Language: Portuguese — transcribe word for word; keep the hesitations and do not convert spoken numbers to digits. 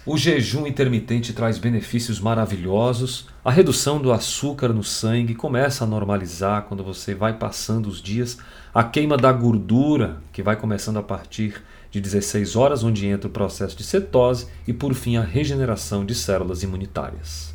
O jejum intermitente traz benefícios maravilhosos. A redução do açúcar no sangue começa a normalizar quando você vai passando os dias. A queima da gordura, que vai começando a partir de dezesseis horas, onde entra o processo de cetose. E, por fim, a regeneração de células imunitárias.